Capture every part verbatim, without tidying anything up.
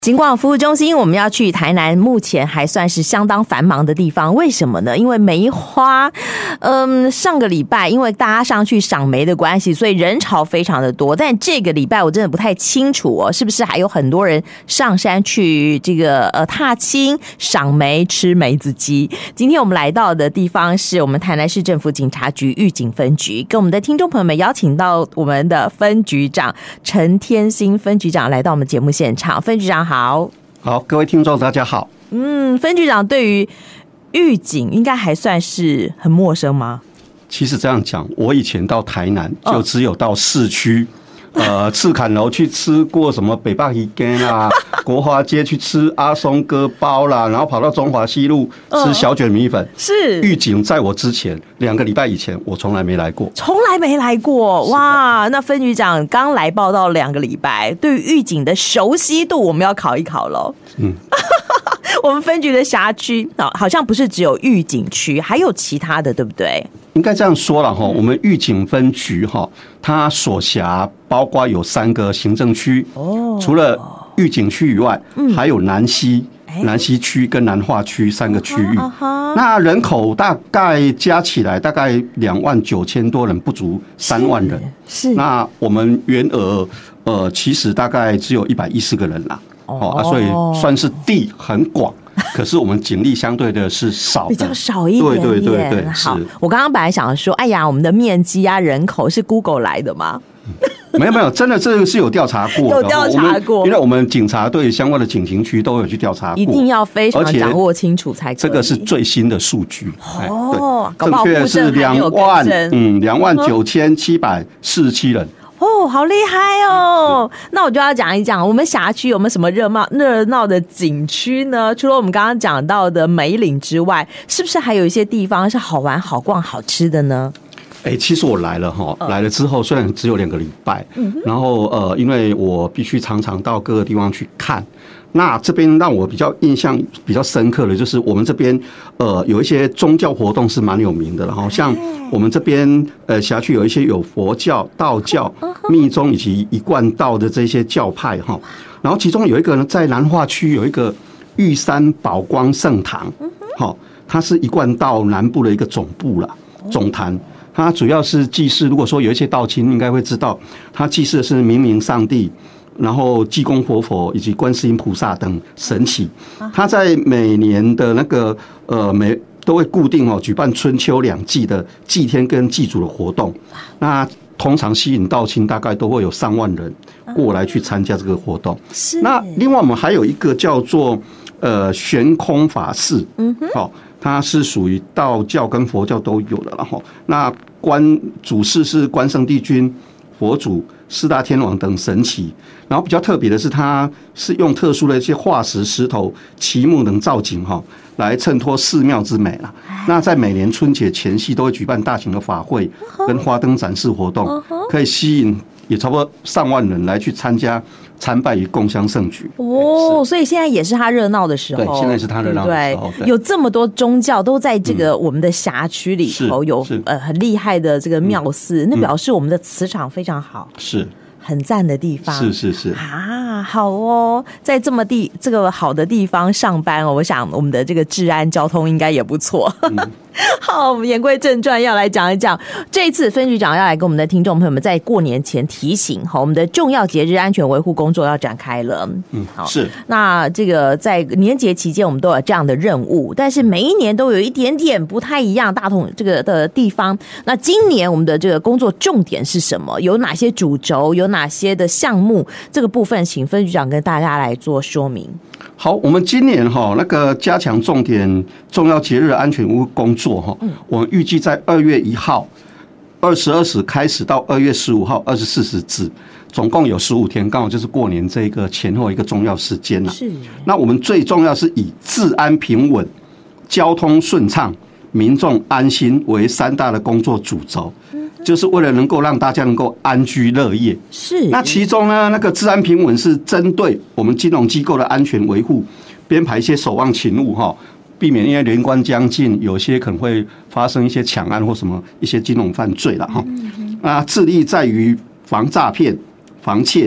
警广服务中心，我们要去台南，目前还算是相当繁忙的地方。为什么呢？因为梅花，嗯，上个礼拜因为大家上去赏梅的关系，所以人潮非常的多。但这个礼拜我真的不太清楚哦，是不是还有很多人上山去这个呃踏青、赏梅、吃梅子鸡？今天我们来到的地方是我们台南市政府警察局预警分局，跟我们的听众朋友们邀请到我们的分局长陈天心分局长来到我们节目现场。分局长好。 好，各位听众大家好。 嗯，分局长对于预警应该还算是很陌生吗？ 其实这样讲，我以前到台南就只有到市区、哦、呃，赤坎楼去吃过什么北霸鱼羹啦，国华街去吃阿松哥包啦，然后跑到中华西路吃小卷米粉。是预警在我之前两个礼拜以前，我从来没来过， 从来没来过。哇，那分局长刚来报到两个礼拜，对于预警的熟悉度，我们要考一考喽。嗯。我们分局的辖区好像不是只有预警区，还有其他的，对不对？ 应该这样说了哈，我们预警分局哈，它所辖包括有三个行政区，哦，除了预警区以外，嗯，还有南西、南西区跟南化区三个区域。那人口大概加起来大概两万九千多人，不足三万人。是。那我们员额呃，其实大概只有一百一十个人啦。哦、啊，所以算是地很广，可是我们警力相对的是少的， 比较少一点点。 对对对对， 好，我刚刚本来想说，哎呀，我们的面积啊、人口是 Google 来的吗？ 没有没有，真的这个是有调查过的， 有调查过， 因为我们警察对相关的警情区都有去调查过， 一定要非常掌握清楚才可以。 这个是最新的数据哦， 正确是两万嗯两万九千七百四十七人。 哦，好厉害哦！那我就要讲一讲，我们辖区有没有什么热闹热闹的景区呢？除了我们刚刚讲到的梅岭之外，是不是还有一些地方是好玩、好逛、好吃的呢？ 哎、欸，其实我来了哈，来了之后虽然只有两个礼拜，嗯、然后呃，因为我必须常常到各个地方去看。那这边让我比较印象比较深刻的就是我们这边呃有一些宗教活动是蛮有名的，然后像我们这边呃辖区有一些有佛教、道教、密宗以及一贯道的这些教派哈，然后其中有一个呢在南化区有一个玉山宝光圣堂，好，它是一贯道南部的一个总部啦，总坛。它主要是祭祀，如果说有一些道亲应该会知道，它祭祀的是明明上帝，然后济公活佛以及观世音菩萨等神祇。它在每年的那个呃每都会固定哦举办春秋两季的祭天跟祭祖的活动。那通常吸引道亲大概都会有上万人过来去参加这个活动。是。那另外我们还有一个叫做呃悬空法事，嗯哼，好。它是属于道教跟佛教都有的，然后那观主事是关圣帝君、佛祖、四大天王等神祇，然后比较特别的是，它是用特殊的一些化石、石头、旗木等造景哈，来衬托寺庙之美啦。那在每年春节前夕都会举办大型的法会跟花灯展示活动，可以吸引也差不多上万人来去参加。参拜与共襄盛举哦，所以现在也是他热闹的时候。 对，现在是他热闹的时候。 对，有这么多宗教都在这个我们的辖区里头，有呃很厉害的这个庙寺，那表示我们的磁场非常好。是。很赞的地方， 是是是啊，好哦，在这么地这个好的地方上班哦，我想我们的这个治安交通应该也不错。嗯、好，我们言归正传，要来讲一讲这一次分局长要来跟我们的听众朋友们在过年前提醒，好，我们的重要节日安全维护工作要展开了。 嗯，好，是。 那这个在年节期间我们都有这样的任务，但是每一年都有一点点不太一样大同这个的地方。那今年我们的这个工作重点是什么？有哪些主轴？有哪些的项目？这个部分请分局长跟大家来做说明。 好，我们今年哈那个加强重点重要节日安全工作哈，我们预计在二月一号二十二时开始到二月十五号二十四时止，总共有十五天，刚好就是过年这个前后一个重要时间了。是。那我们最重要是以治安平稳、交通顺畅、民众安心为三大的工作主轴。就是为了能够让大家能够安居乐业。是。那其中呢，那个治安平稳是针对我们金融机构的安全维护，编排一些守望勤务哈，避免因为年关将近，有些可能会发生一些抢案或什么一些金融犯罪了哈。那致力在于防诈骗、防窃、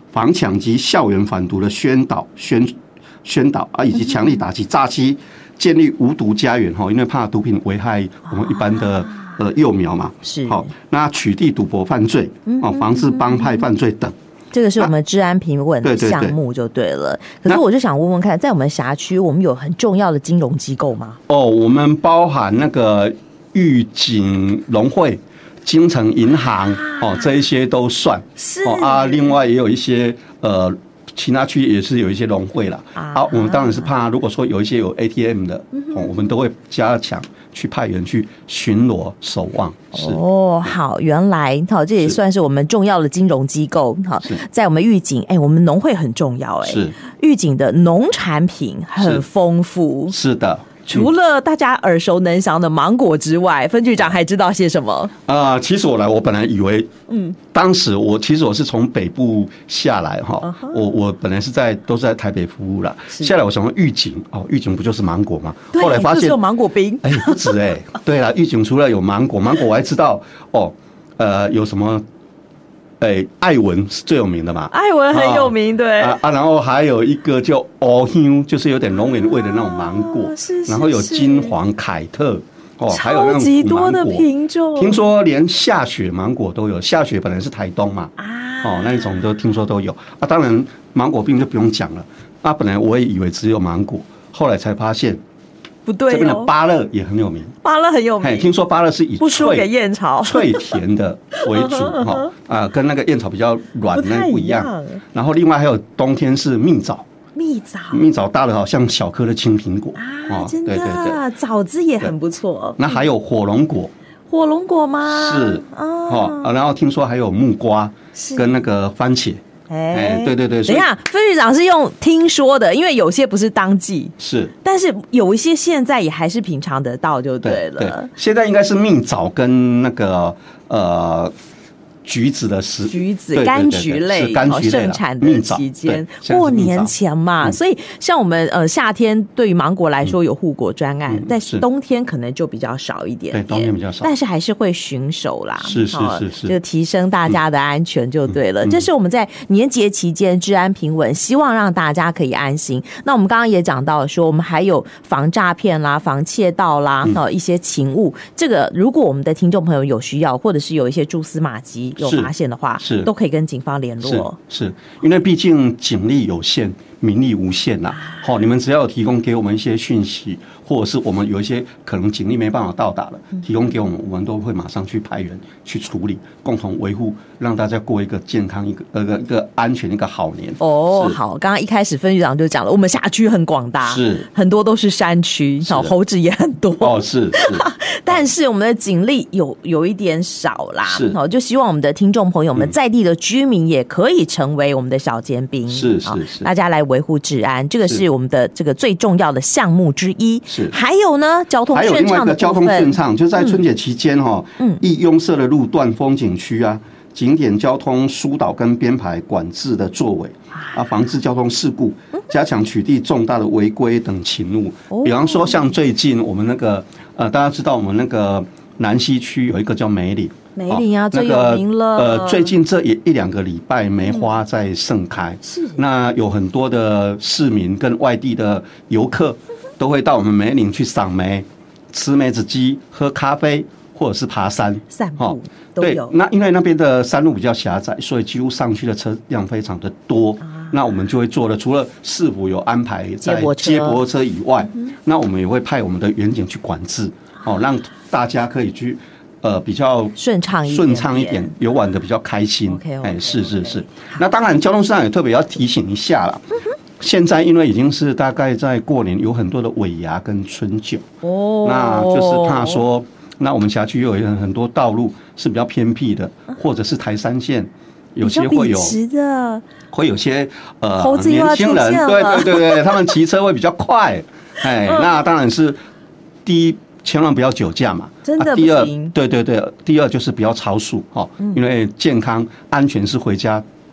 防抢及校园反毒的宣导宣宣导啊，以及强力打击诈欺，建立无毒家园哈，因为怕毒品危害我们一般的呃幼苗嘛， 是好，那取缔赌博犯罪哦，防治帮派犯罪等。 这个是我们治安平稳的项目就对了。可是我就想问问看，在我们辖区，我们有很重要的金融机构吗？ 哦，我们包含那个玉井农会、金城银行哦，这一些都算是哦啊。另外也有一些呃，其他区也是有一些农会啦。啊，我们当然是怕，如果说有一些有 A T M 的，哦，我们都会加强去派员去巡逻守望。 哦，好，原来好，这也算是我们重要的金融机构。好，在我们玉井，哎，我们农会很重要，哎， 是玉井的农产品很丰富。 是的。 除了大家耳熟能详的芒果之外，分局长还知道些什么？ 啊、呃，其实我来，我本来以为，嗯，当时我其实我是从北部下来哈， uh-huh. 我我本来是在都是在台北服务啦，下来我想说玉井哦，玉井不就是芒果吗？后来发现有芒果冰， 哎、欸，不止哎、欸，对了，玉井除了有芒果，芒果我还知道哦，呃，有什么？哎、欸，爱文是最有名的嘛？ 爱文很有名，对啊啊，然后还有一个叫欧香，就是有点农园味的那种芒果， 啊、是是是， 然后有金黄、凯特，哦，还有那种超级多的品种。 听说连下雪芒果都有，下雪本来是台东嘛，啊，哦，那一种都听说都有啊。当然，芒果冰就不用讲了，啊，本来我也以为只有芒果，后来才发现。 不对、哦， 这边的芭乐也很有名， 芭乐很有名。 听说芭乐是以不输给燕巢脆甜的为主哈啊，跟那个燕巢比较软那不一样。然后另外还有冬天是蜜枣， 蜜枣蜜枣大的好像小颗的青苹果啊，真的，对对对，枣子也很不错。 那还有火龙果， 火龙果吗？ 是哦，然后听说还有木瓜跟那个番茄。哎、欸，对对对， 等一下，分局长是用听说的，因为有些不是当季， 是， 但是有一些现在也还是品尝得到，就对了。 对，对现在应该是蜜枣跟那个呃橘子的时， 橘子柑橘类柑橘盛产的期间，过年前嘛，嗯、所以像我们呃夏天对于芒果来说有护果专案，但、嗯、是冬天可能就比较少一点点， 对，冬天比较少， 但是还是会巡守啦， 是是是是， 就提升大家的安全就对了。 嗯、 这是我们在年节期间治安平稳，希望让大家可以安心。那我们刚刚也讲到说，我们还有防诈骗啦、防窃盗啦，嗯、一些勤务。这个如果我们的听众朋友有需要，或者是有一些蛛丝马迹有发现的话， 是都可以跟警方联络。 是，是因为毕竟警力有限，民力无限啦。好、哦，你们只要提供给我们一些讯息，或者是我们有一些可能警力没办法到达了，提供给我们，我们都会马上去派人去处理，共同维护，让大家过一个健康、一个呃一个安全、一个好年。 哦，好，刚刚一开始分局长就讲了，我们辖区很广大， 是很多都是山区，好，猴子也很多。 哦，是是， 但是我们的警力有有一点少啦， 是， 好，就希望我们的听众朋友们在地的居民也可以成为我们的小尖兵， 是是是， 大家来维护治安，这个是我们的这个最重要的项目之一。 是， 还有呢，交通顺畅的部分， 还有另外一个交通顺畅，就在春节期间哈，嗯，易拥塞的路段、风景区啊。景点交通疏导跟编排管制的作为啊，防治交通事故，加强取缔重大的违规等勤务。比方说，像最近我们那个呃，大家知道我们那个南西区有一个叫梅岭， 梅岭啊，最有名了。 呃，最近这一一两个礼拜，梅花在盛开， 是那有很多的市民跟外地的游客都会到我们梅岭去赏梅、吃梅子鸡、喝咖啡。或者是爬山、 散步都有。 对，那因为那边的山路比较狭窄，所以几乎上去的车辆非常的多。啊、那我们就会做了，除了市府有安排在接驳车以外，嗯、那我们也会派我们的员警去管制，哦，让大家可以去呃比较顺畅一点， 顺畅一点，游玩的比较开心。 哎、okay, okay, 欸，是是是。那当然，交通上也特别要提醒一下啦。嗯现在因为已经是大概在过年，有很多的尾牙跟春酒，哦，那就是怕说。那我们辖区有很多道路是比较偏僻的，或者是台三线，有些会有会有些呃年轻人，对对对对，他们骑车会比较快，哎，那当然是第一，千万不要酒驾嘛， 真的不行。 对对对，第二就是不要超速哈，因为健康安全是回家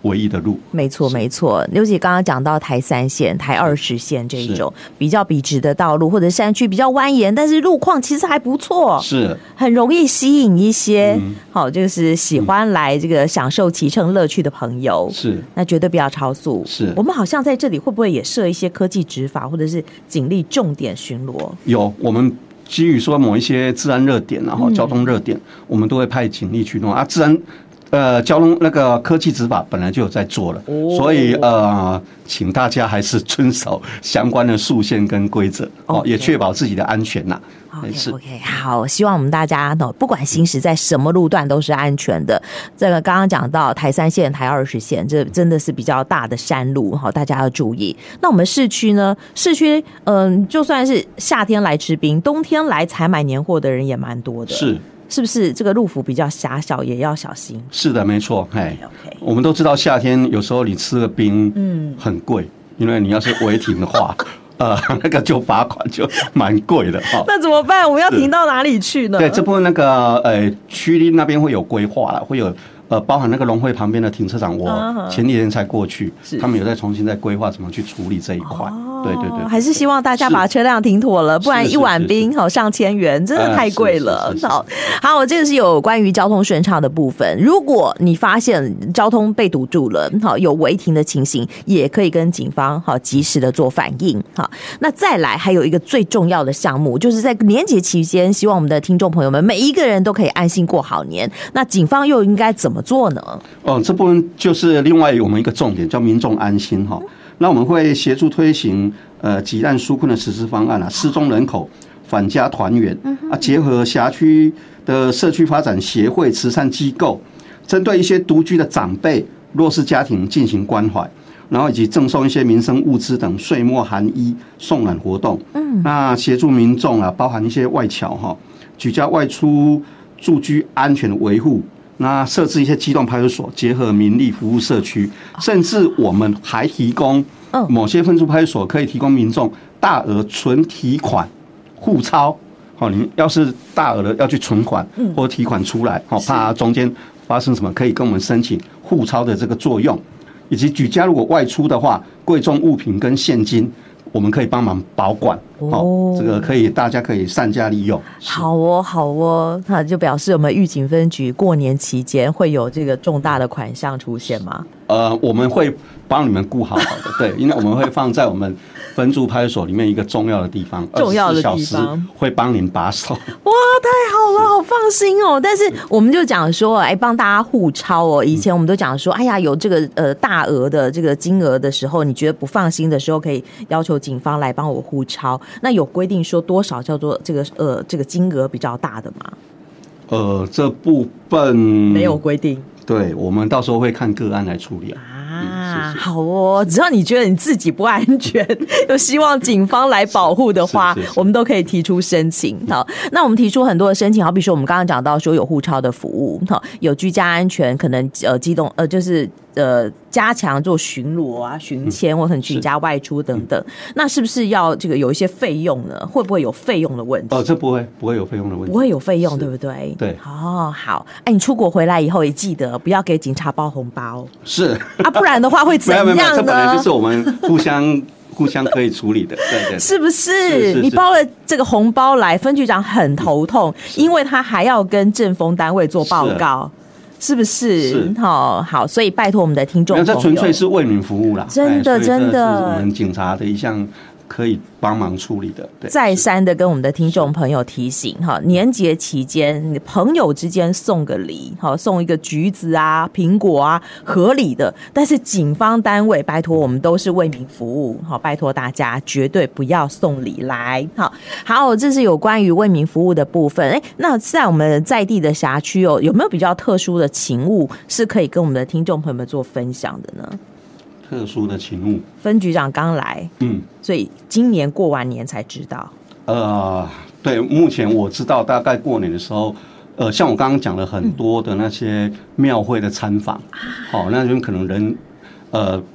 唯一的路。 没错没错，尤其刚刚讲到台三线、台二十线这一种比较笔直的道路，或者山区比较蜿蜒，但是路况其实还不错， 是很容易吸引一些、嗯、好就是喜欢来这个享受骑乘乐趣的朋友。 是， 那绝对不要超速。 是， 我们好像在这里会不会也设一些科技执法或者是警力重点巡逻？ 有，我们基于说某一些治安热点，然后交通热点、嗯，我们都会派警力去弄啊。治安呃交通那个科技执法本来就有在做了，哦、所以呃，请大家还是遵守相关的速限跟规则，哦， okay. 也确保自己的安全呐。 OK OK， 好，希望我们大家不管行驶在什么路段都是安全的。这个刚刚讲到台三线、台二十线，这真的是比较大的山路，大家要注意。那我们市区呢？市区嗯，就算是夏天来吃冰，冬天来采买年货的人也蛮多的。 是。 是不是这个路幅比较狭小，也要小心？ 是的，没错。哎 ，okay, okay. 我们都知道夏天有时候你吃个冰，嗯，很贵，因为你要是违停的话。呃，那个就罚款就蛮贵的哈。 那怎么办？我们要停到哪里去呢？ 对，这部分那个呃区立那边会有规划啦，会有呃包含那个龙会旁边的停车场，我前几天才过去，他们有在重新再规划怎么去处理这一块。哦、对, 对对对， 还是希望大家把车辆停妥了，不然一碗冰好上千元，真的太贵了。好，好，这个是有关于交通顺畅的部分。如果你发现交通被堵住了，好有违停的情形，也可以跟警方好及时的做反应。好，那再来还有一个最重要的项目，就是在年节期间，希望我们的听众朋友们每一个人都可以安心过好年。那警方又应该怎么做呢？ 哦，这部分就是另外我们一个重点，叫民众安心哈。那我们会协助推行呃急难纾困的实施方案啊，失踪人口返家团圆啊，结合辖区的社区发展协会、慈善机构，针对一些独居的长辈、弱势家庭进行关怀，然后以及赠送一些民生物资等岁末寒衣送暖活动。嗯，那协助民众啊，包含一些外侨哈，举家外出住居安全的维护。那设置一些机动派出所，结合民力服务社区，甚至我们还提供某些分驻派出所可以提供民众大额存提款互抄。好，你要是大额的要去存款或提款出来，好怕中间发生什么，可以跟我们申请互抄的这个作用，以及举家如果外出的话，贵重物品跟现金，我们可以帮忙保管。哦，这个可以，大家可以善加利用。 好哦，好哦，那就表示我们预警分局过年期间会有这个重大的款项出现吗？ 呃，我们会帮你们顾好好的，对，因为我们会放在我们分驻派出所里面一个重要的地方， 重要的地方二十四小时会帮您把守。哇， 太好了，好放心哦。但是我们就讲说，哎，帮大家互抄哦。以前我们都讲说，哎呀，有这个呃大额的这个金额的时候，你觉得不放心的时候，可以要求警方来帮我互抄。那有规定说多少叫做这个呃这个金额比较大的吗？ 呃，这部分没有规定。 对，我们到时候会看个案来处理啊。 啊，好哦，只要你觉得你自己不安全，又希望警方来保护的话，是是是是我们都可以提出申请。好，那我们提出很多的申请，好比说我们刚刚讲到说有护照的服务，好，有居家安全，可能呃机动呃就是呃加强做巡逻啊、巡签，或者举家外出等等。嗯、那是不是要这个有一些费用呢？会不会有费用的问题？ 哦，这不会，不会有费用的问题， 不会有费用，对不对？ 对。 哦，好，哎，你出国回来以后也记得不要给警察包红包， 是啊，不然的话会怎样呢？ 没有没有，这本来就是我们互相互相可以处理的，对对， 是不是？ 是是是你包了这个红包来，分局长很头痛，因为他还要跟政风单位做报告。是不是？ 是， 好，好，所以拜托我们的听众朋友， 这纯粹是为民服务啦， 真的，真的， 我们警察的一项可以帮忙处理的。对， 再三的跟我们的听众朋友提醒哈，年节期间，你朋友之间送个礼，好，送一个橘子啊、苹果啊，合理的。但是警方单位，拜托我们都是为民服务，好，拜托大家绝对不要送礼来。好，好，这是有关于为民服务的部分。哎，那在我们在地的辖区哦，有没有比较特殊的勤务是可以跟我们的听众朋友们做分享的呢？ 特殊的勤务， 分局长刚来，嗯，所以今年过完年才知道。 呃，对，目前我知道，大概过年的时候，呃，像我刚刚讲了很多的那些庙会的参访，好、嗯哦，那就可能人，呃，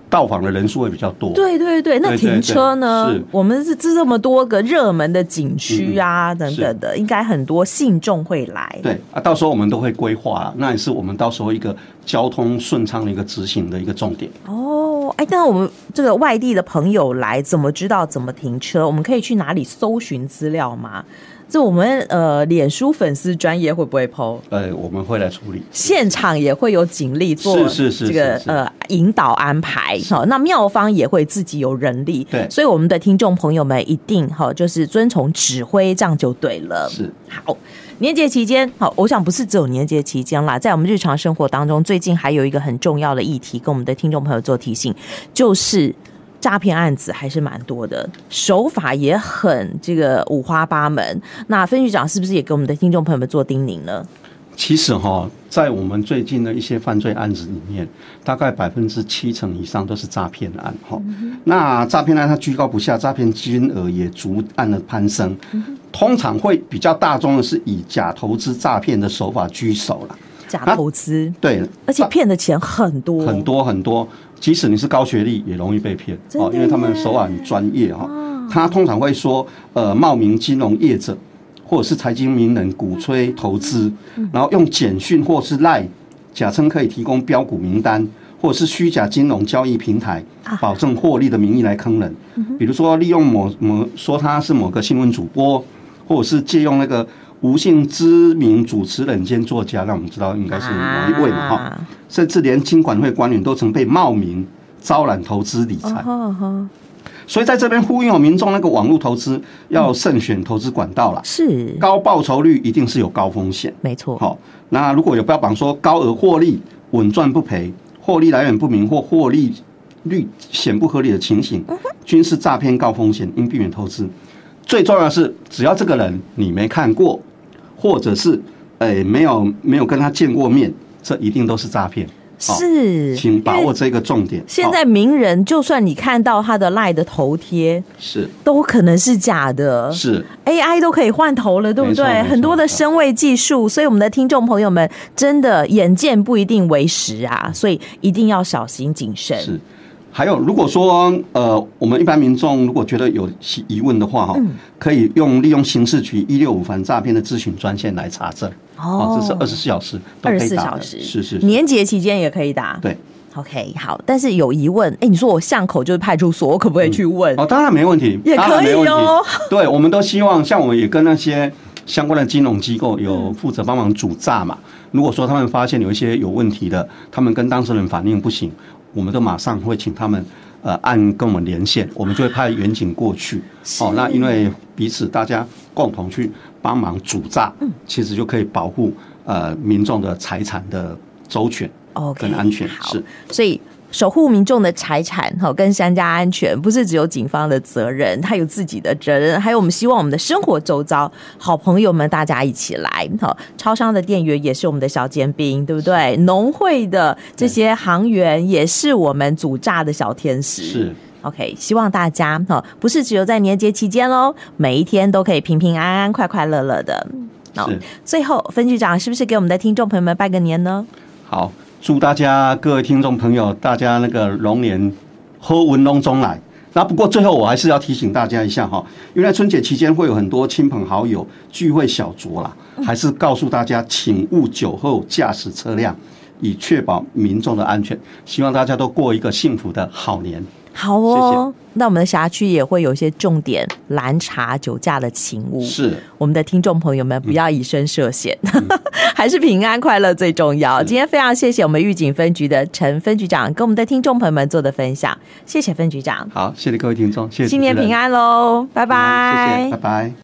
到访的人数会比较多。 对对对，那停车呢？ 对对对， 我们是这么多个热门的景区啊、嗯、等等的，应该很多信众会来。 对啊，到时候我们都会规划，那也是我们到时候一个交通顺畅的一个执行的一个重点。 哦，哎，但是我们这个外地的朋友来，怎么知道怎么停车？我们可以去哪里搜寻资料吗？这我们呃，脸书粉丝专页会不会 po？ 呃，我们会来处理。 现场也会有警力做是是是这个呃引导安排。好，那庙方也会自己有人力。 对， 所以我们的听众朋友们一定好，就是遵从指挥，这样就对了。 是好。年节期间，好，我想不是只有年节期间啦，在我们日常生活当中，最近还有一个很重要的议题，跟我们的听众朋友做提醒，就是诈骗案子还是蛮多的，手法也很这个五花八门。那分局长是不是也给我们的听众朋友们做叮咛呢？ 其实哈，在我们最近的一些犯罪案子里面，大概百分之七成以上都是诈骗案哈。嗯、那诈骗案它居高不下，诈骗金额也逐案的攀升。嗯、通常会比较大宗的是以假投资诈骗的手法居首啦。 假投资， 对， 而且骗的钱很多很多很多。即使你是高学历，也容易被骗哦，因为他们手法很专业哈。他通常会说，呃，冒名金融业者，或者是财经名人鼓吹投资，然后用简讯或是 LINE 假称可以提供标股名单，或者是虚假金融交易平台，保证获利的名义来坑人。比如说利用某某说他是某个新闻主播，或者是借用那个吴姓知名主持人兼作家，让我们知道应该是某一位嘛哈。甚至连金管会官员都曾被冒名招揽投资理财。所以在这边呼吁民众那个网络投资要慎选投资管道啦， 是高报酬率一定是有高风险， 没错。 好，那如果有标榜说高额获利、稳赚不赔、获利来源不明或获利率显不合理的情形，均是诈骗高风险，应避免投资。最重要的是，只要这个人你没看过，或者是诶没有没有跟他见过面，这一定都是诈骗。 是， 请把握这个重点。 现在名人，就算你看到他的 LINE 的头贴， 是都可能是假的， 是 A I 都可以换头了，对不对？很多的声位技术，所以我们的听众朋友们真的眼见不一定为实啊，所以一定要小心谨慎。 是。还有，如果说呃，我们一般民众如果觉得有疑问的话，哈、嗯，可以用利用刑事局一六五反诈骗的咨询专线来查证。哦，这是二十四小时都可以打的，二十四小时，是是是， 年节期间也可以打。 对 ，OK， 好。但是有疑问，哎，你说我巷口就是派出所，我可不可以去问？ 嗯、哦，当然没问题， 也可以哦。 对，我们都希望，像我们也跟那些相关的金融机构有负责帮忙主诈嘛。如果说他们发现有一些有问题的，他们跟当事人反映不行，我们都马上会请他们呃按跟我们连线，我们就会派员警过去。哦，那因为彼此大家共同去帮忙主诈，嗯，其实就可以保护呃民众的财产的周全跟安全。 Okay, 是，所以守护民众的财产跟商家安全，不是只有警方的责任，他有自己的责任，还有我们希望我们的生活周遭好朋友们大家一起来。超商的店员也是我们的小尖兵，对不对？农会的这些行员也是我们阻诈的小天使。 是。 OK， 希望大家不是只有在年节期间咯，每一天都可以平平安安、快快乐乐的。最后，分局长是不是给我们的听众朋友们拜个年呢？ 好。祝大家各位听众朋友，大家那个龙年好运隆中来。那不过最后我还是要提醒大家一下哈，因为在春节期间会有很多亲朋好友聚会小酌啦，还是告诉大家，请勿酒后驾驶车辆，以确保民众的安全。希望大家都过一个幸福的好年。 好哦，谢谢。那我们的辖区也会有一些重点拦查酒驾的勤务， 是我们的听众朋友们不要以身涉险，嗯、还是平安快乐最重要。今天非常谢谢我们预警分局的陈分局长跟我们的听众朋友们做的分享，谢谢分局长。 好，谢谢各位听众，谢谢。 新年平安喽，拜拜， 谢谢，拜拜。